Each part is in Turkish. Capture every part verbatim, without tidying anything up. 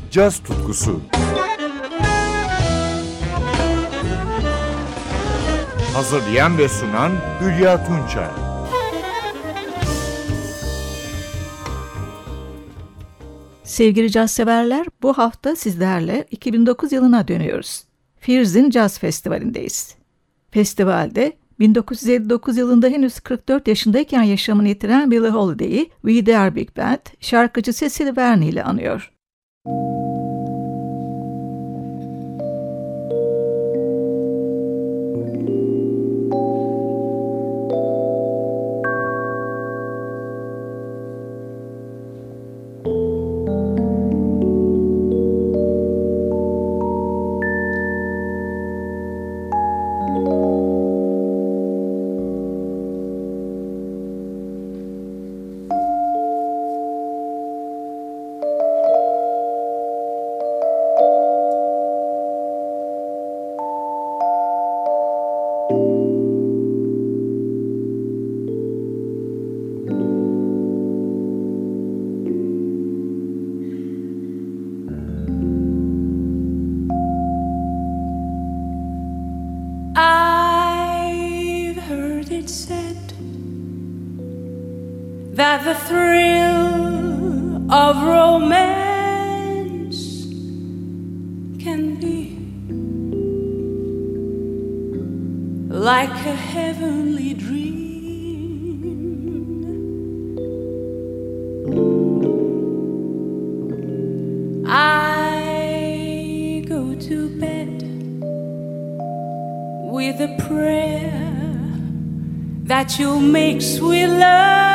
caz tutkusu. Hazırlayan ve sunan Hülya Tunçay. Sevgili caz severler, bu hafta sizlerle iki bin dokuz yılına dönüyoruz. Firz'in Caz Festivali'ndeyiz. Festivalde bin dokuz yüz elli dokuz yılında henüz kırk dört yaşındayken yaşamını yitiren Billie Holiday'i We Are Big Band şarkıcı Cecil Verne ile anıyor. That the thrill of romance can be like a heavenly dream. I go to bed with a prayer that you'll make sweet love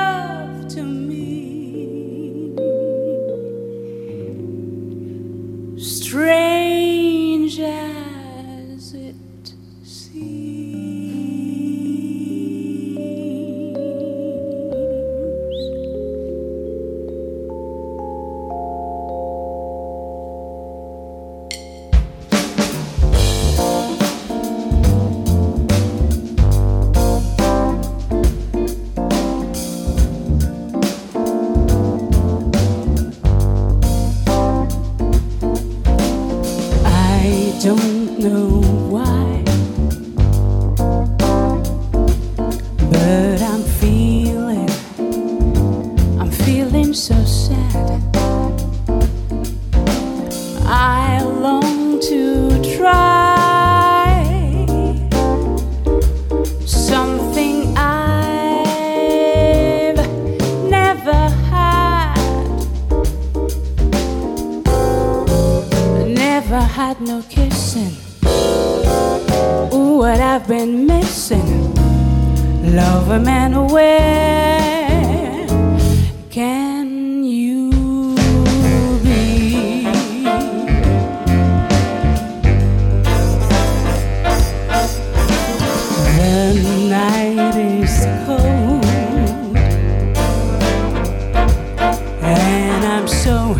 strange as it don't know why, but I'm feeling, I'm feeling so sad. I long to try something I've never had, never had no kissing. Ooh, what I've been missing. Love a man, where can you be? The night is cold and I'm so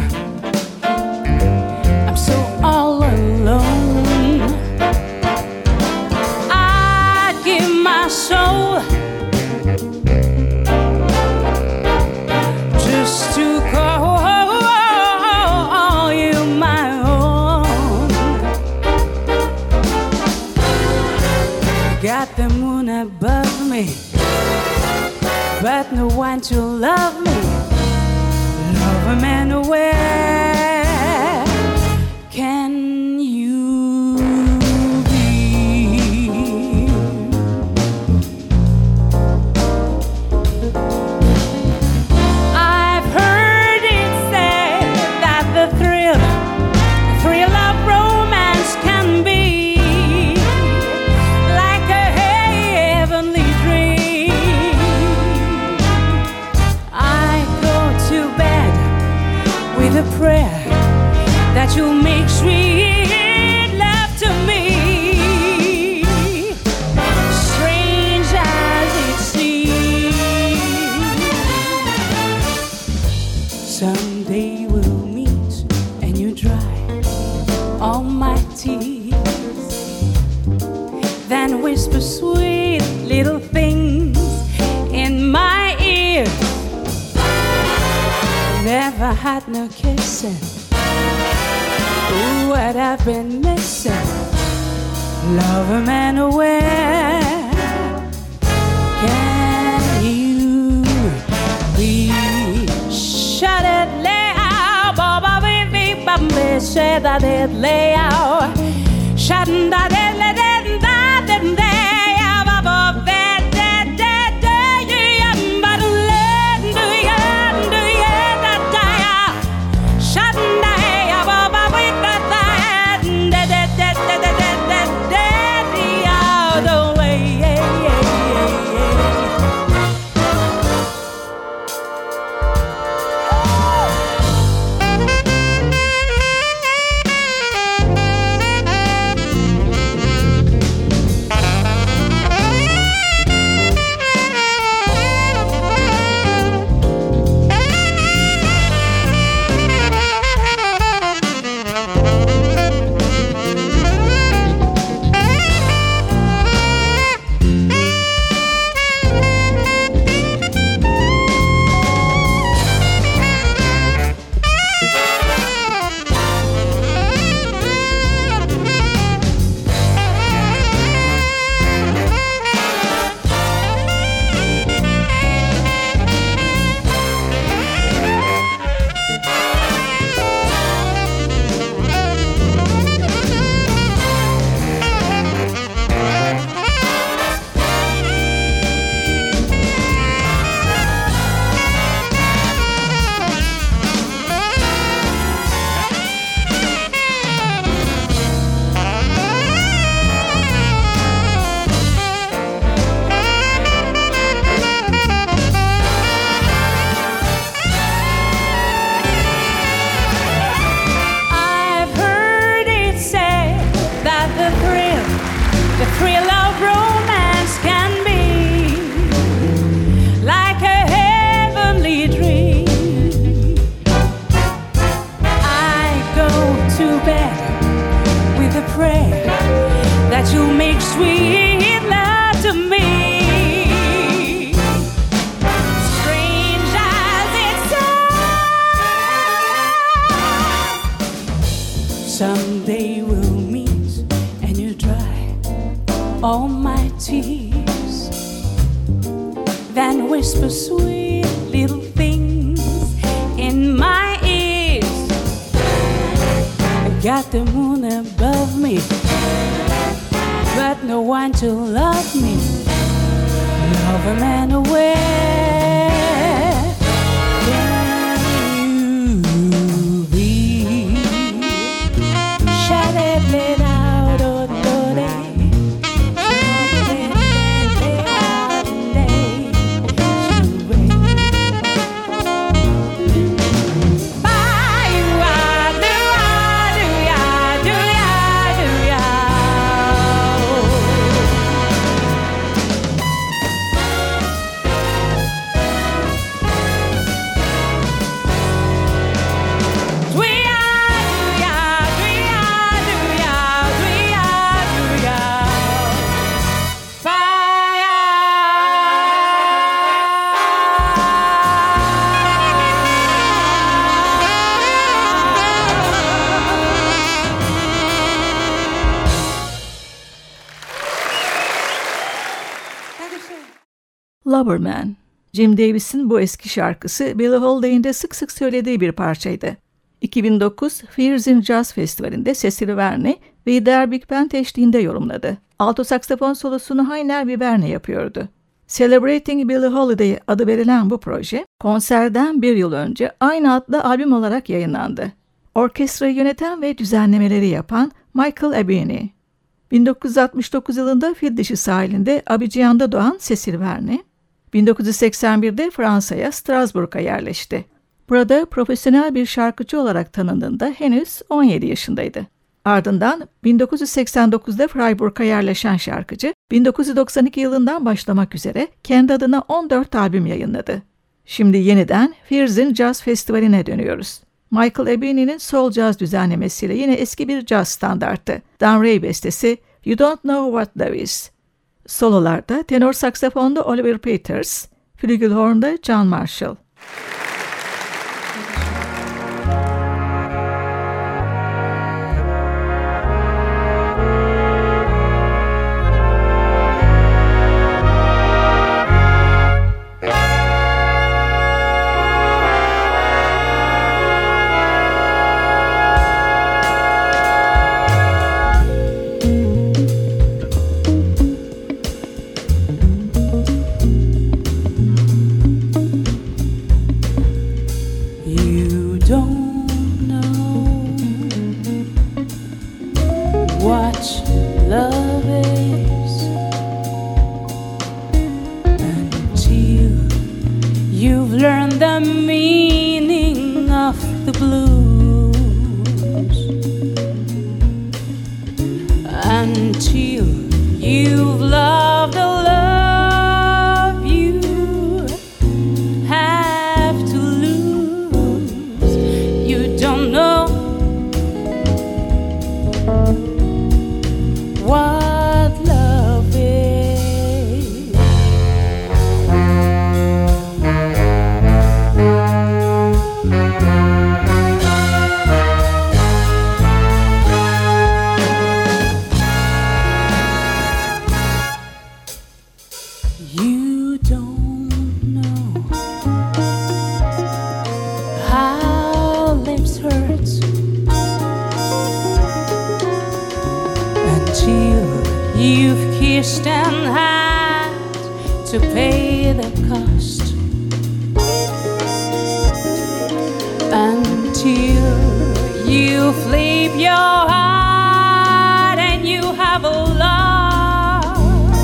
soul just to call you my own. Got the moon above me, but no one to love me. Love a man, where can you be? I've heard it said that the thrill, the thrill of romance can be like a heavenly dream. I go to bed with a prayer that you'll make sweet love to me, strange as it seems. Someday we'll meet and you dry all my tears, then whisper sweet little things in my ear. Never had no kissing. Ooh, what I've been missing. Lover man, where can you be? Shut it, lay out, Baba, baby, Bambi, say that it lay out. Shut that it, let it, that it, lay out, Baba, that, that, that, that, yeah, but let do ya, do ya, that, that, shut that, yeah, Baba, we got that, that, that, that, that, that, that, that, yeah, the way, yeah, yeah, yeah, someday we'll meet and you dry all my tears, then whisper sweet little things in my ears. I got the moon above me, but no one to love me. Love a man away. Loverman, Jim Davis'in bu eski şarkısı Billie Holiday'in de sık sık söylediği bir parçaydı. iki bin dokuz Fears in Jazz Festivali'nde Cecil Verne ve İder Big Band eşliğinde yorumladı. Alto saksafon solosunu Heiner Viberne yapıyordu. Celebrating Billie Holiday adı verilen bu proje, konserden bir yıl önce aynı adlı albüm olarak yayınlandı. Orkestrayı yöneten ve düzenlemeleri yapan Michael Ebene. bin dokuz yüz altmış dokuz yılında Fil Dişi sahilinde Abidjan'da doğan Cecil Verne, bin dokuz yüz seksen birde Fransa'ya Strasbourg'a yerleşti. Burada profesyonel bir şarkıcı olarak tanındığında henüz on yedi yaşındaydı. Ardından bin dokuz yüz seksen dokuzda Freiburg'a yerleşen şarkıcı, bin dokuz yüz doksan iki yılından başlamak üzere kendi adına on dört albüm yayınladı. Şimdi yeniden Fears in Jazz Festivali'ne dönüyoruz. Michael Ebene'nin soul jazz düzenlemesiyle yine eski bir caz standartı, Dan Ray bestesi You Don't Know What Love Is. Sololarda tenor saksafonda Oliver Peters, flügelhorn'da John Marshall. don't know what love is until you've learned the meaning of the blues, until you've loved the love you have to lose. You don't know what love is. You don't know how lips hurt until you've kissed and had to pay the cost, until you flip your heart and you have a lost.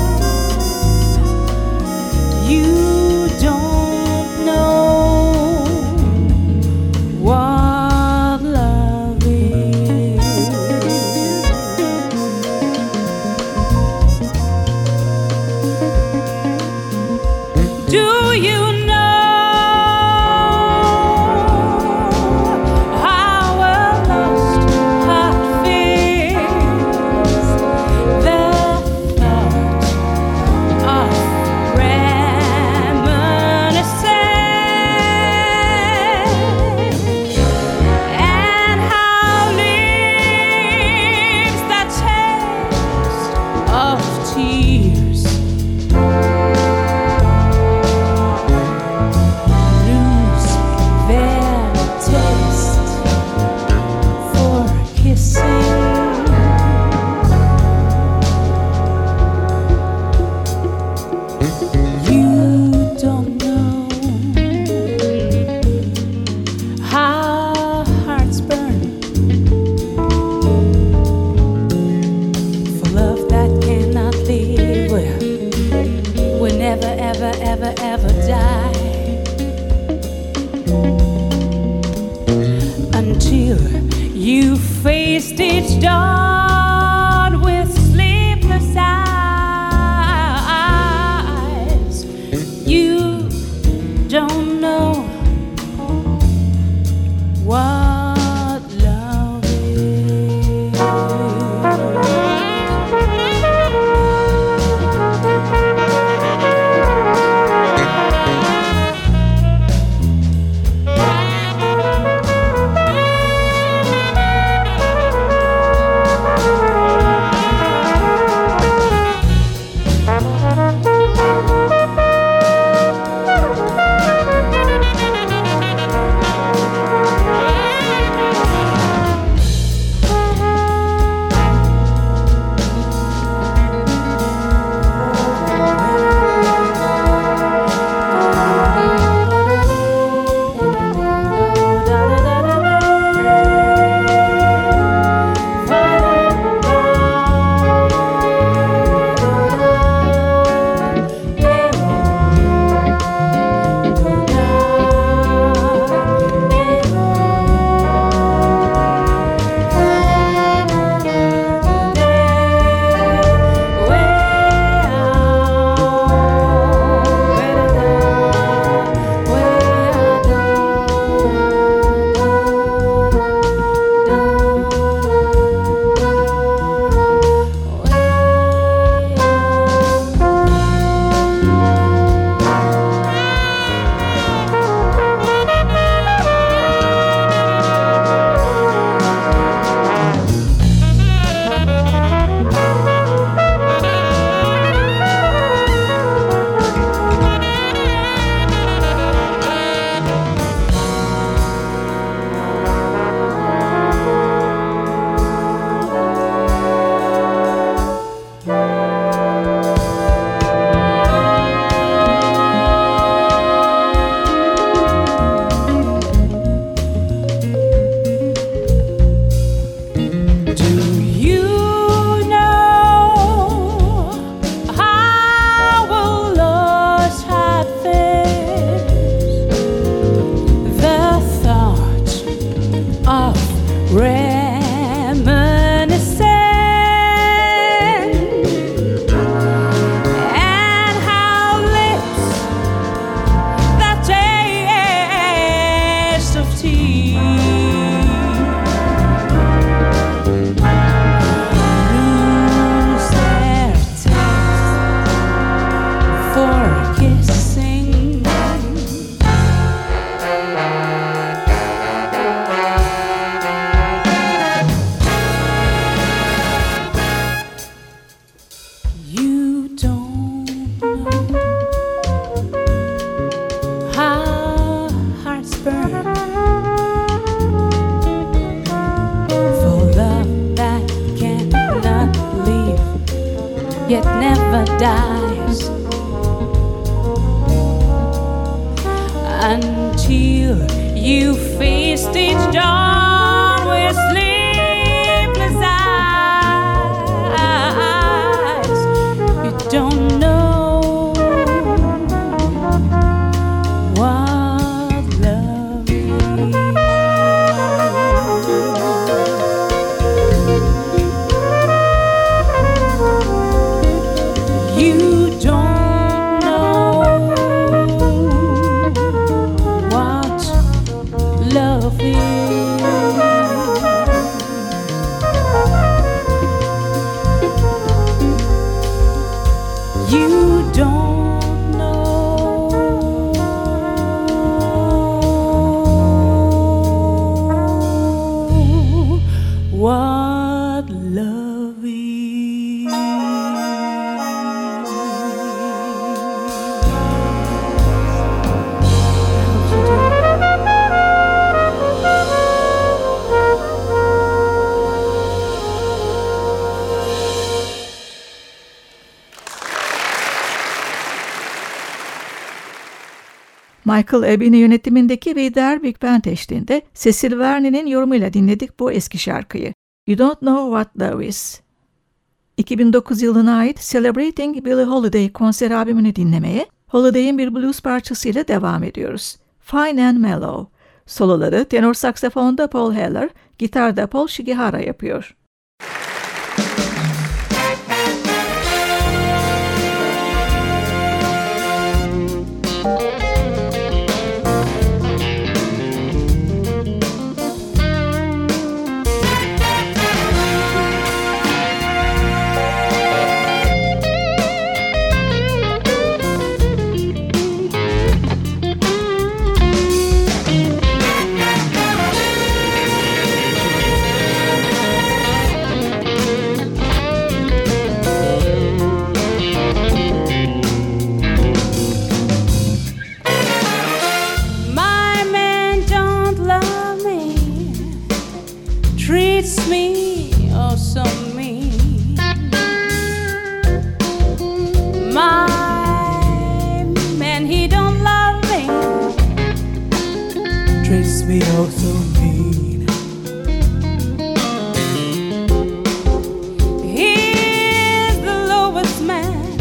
You don't know what love is. Do you know how a lost heart feels? The thought of reminiscence, and how lips that taste of tears lose their taste for kissing. You don't know how hearts burn for love that cannot live, will, will never, ever, ever, ever die, until you faced each dawn with sleepless eyes. You don't know what love is. dies until you feast each dawn with sleepless eyes. You don't know what love is. You don't know what love is. You don't know what love is. Michael Abbey'nin yönetimindeki We Dare Big Band eşliğinde Cecil Verney'nin yorumuyla dinledik bu eski şarkıyı. You Don't Know What Love Is. iki bin dokuz yılına ait Celebrating Billie Holiday konser albümünü dinlemeye, Holiday'in bir blues parçasıyla devam ediyoruz. Fine and Mellow. Soloları tenor saksafonda Paul Heller, gitarda Paul Shigehara yapıyor. Treats me oh so mean. My man, he don't love me. Treats me oh so mean. He's the lowest man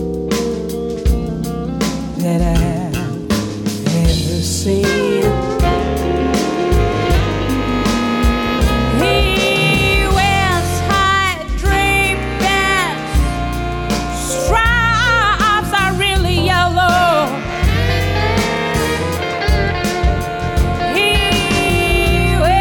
that I have ever seen. He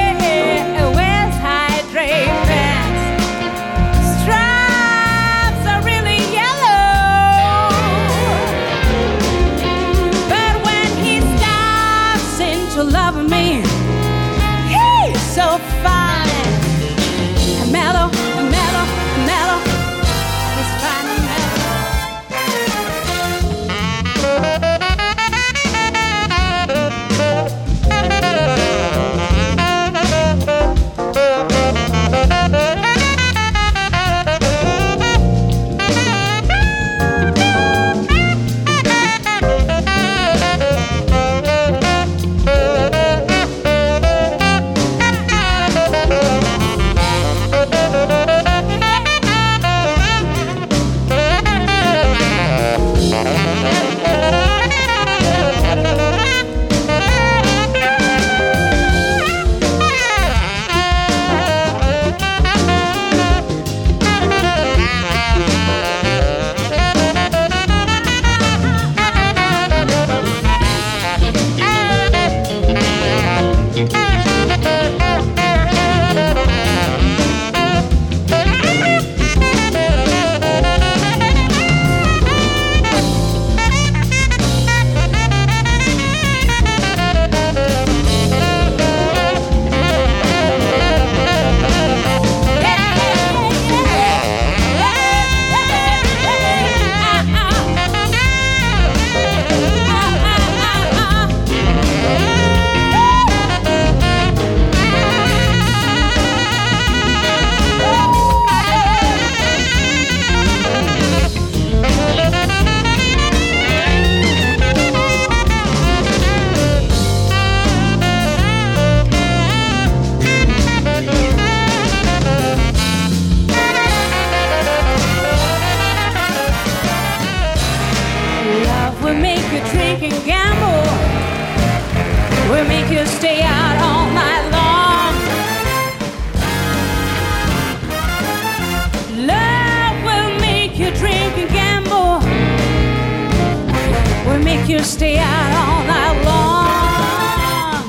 you stay out all night long.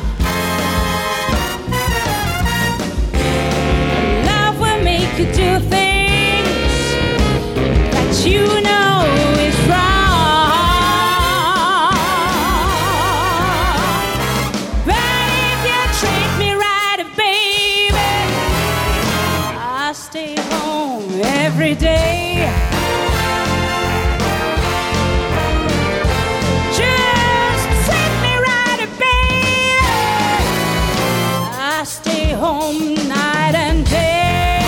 Love will make you do things that you know is wrong. But if you treat me right, baby, I stay home every day. Home night and day.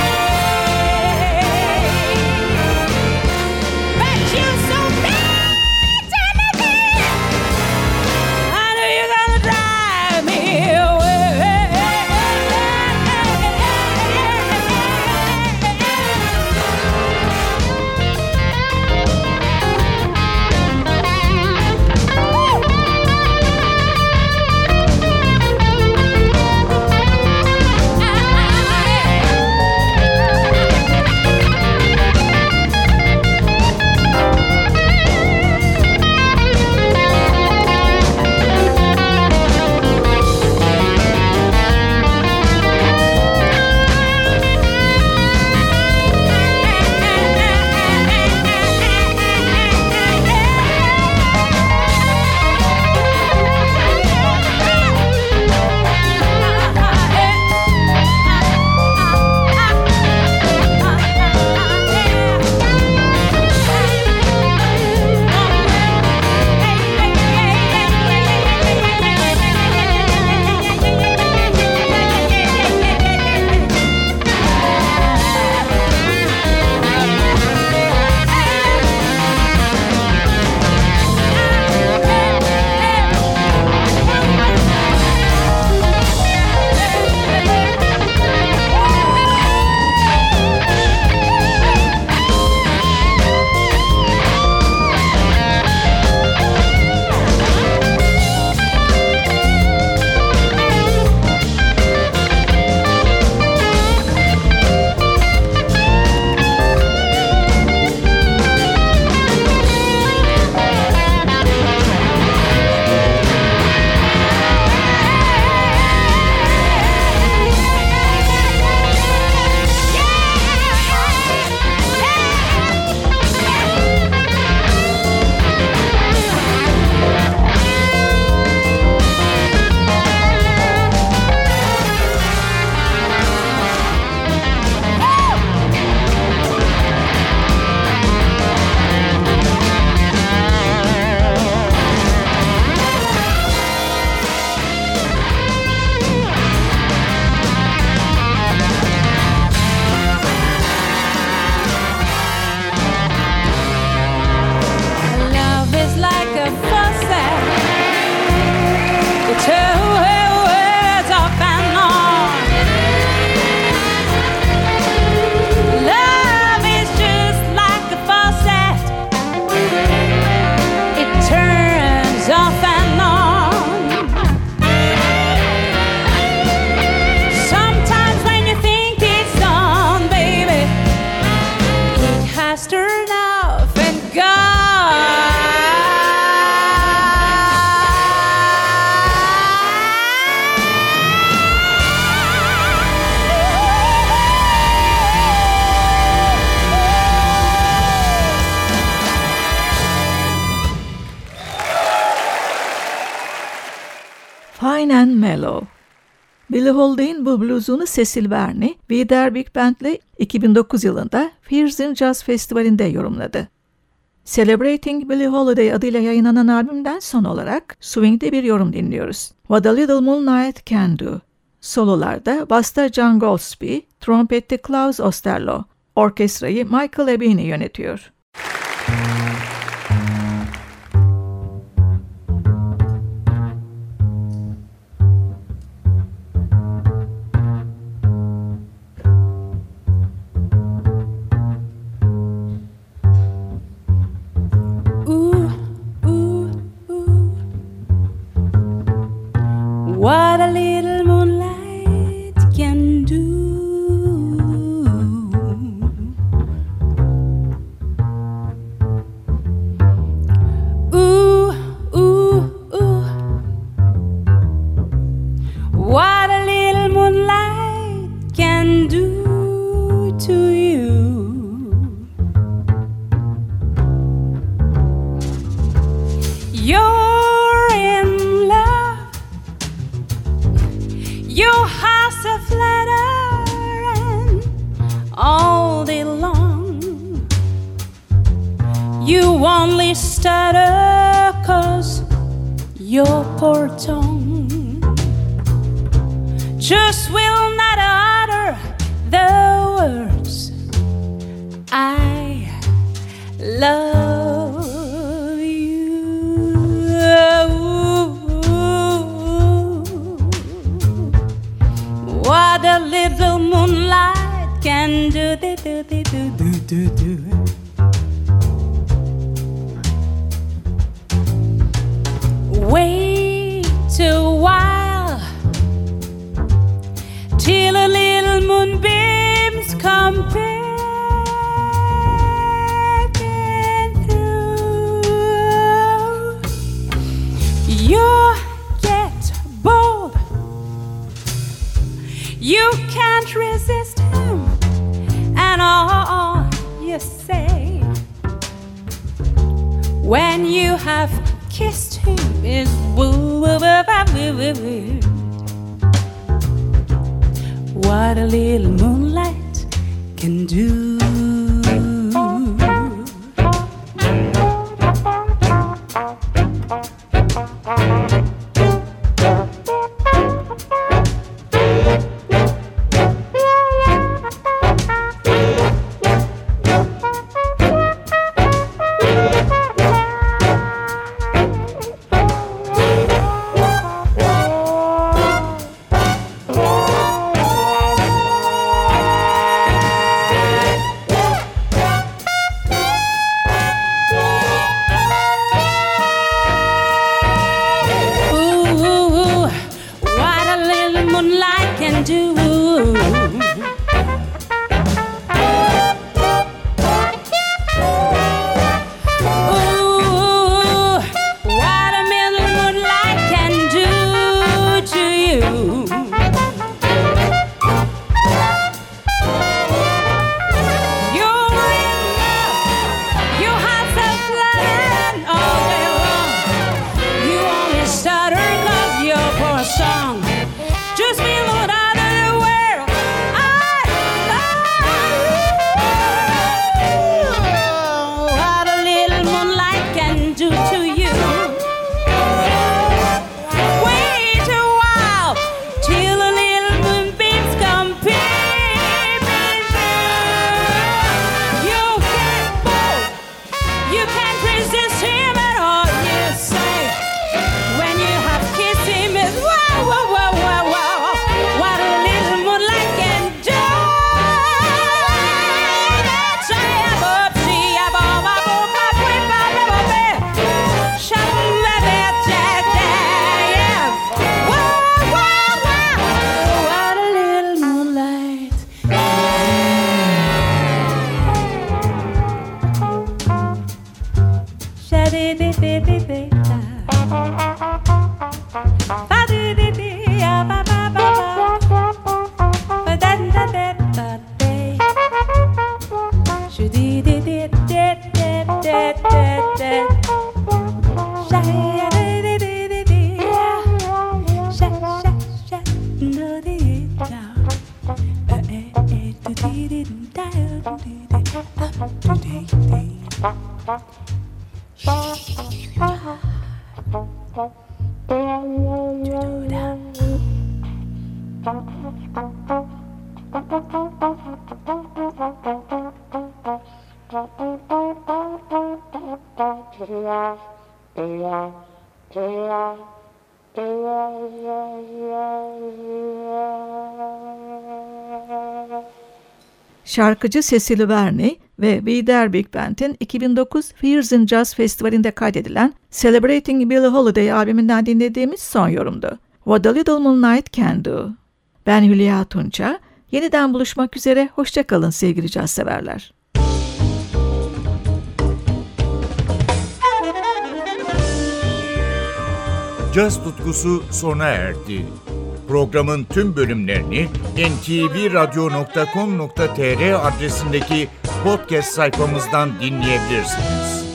But you're so bad to me, baby. I know you're gonna drive me away. Fine and Mellow. Billie Holiday'in bu bluzunu Cecil Barney, Wieder Big Band'le iki bin dokuz yılında Fierce'in Jazz Festivali'nde yorumladı. Celebrating Billie Holiday adıyla yayınlanan albümden son olarak Swing'de bir yorum dinliyoruz. What a Little Moonlight Can Do. Sololarda basta John Goldsby, trompette Klaus Osterloh, orkestrayı Michael Ebene yönetiyor. What a little moonlight can do. house of flattering all day long. You only stutter 'cause your poor tongue just will not utter the words I love you. What a little moonlight can do, do, do, do, do, do, do. Wait a while till a little moonbeams come peeking through. You get bold, you can't resist him, and all you say when you have kissed him is woo woo woo woo woo woo. What a little moonlight can do. Şarkıcı Cecily Verney ve We Dare Big Band'in iki bin dokuz Fears'in Jazz Festivali'nde kaydedilen Celebrating Billie Holiday albümünden dinlediğimiz son yorumdu. What a Little Moonlight Can Do. Ben Hülya Tunça. Yeniden buluşmak üzere. Hoşça kalın sevgili caz severler. Caz tutkusu sona erdi. Programın tüm bölümlerini en te ve radyo nokta com nokta tr adresindeki podcast sayfamızdan dinleyebilirsiniz.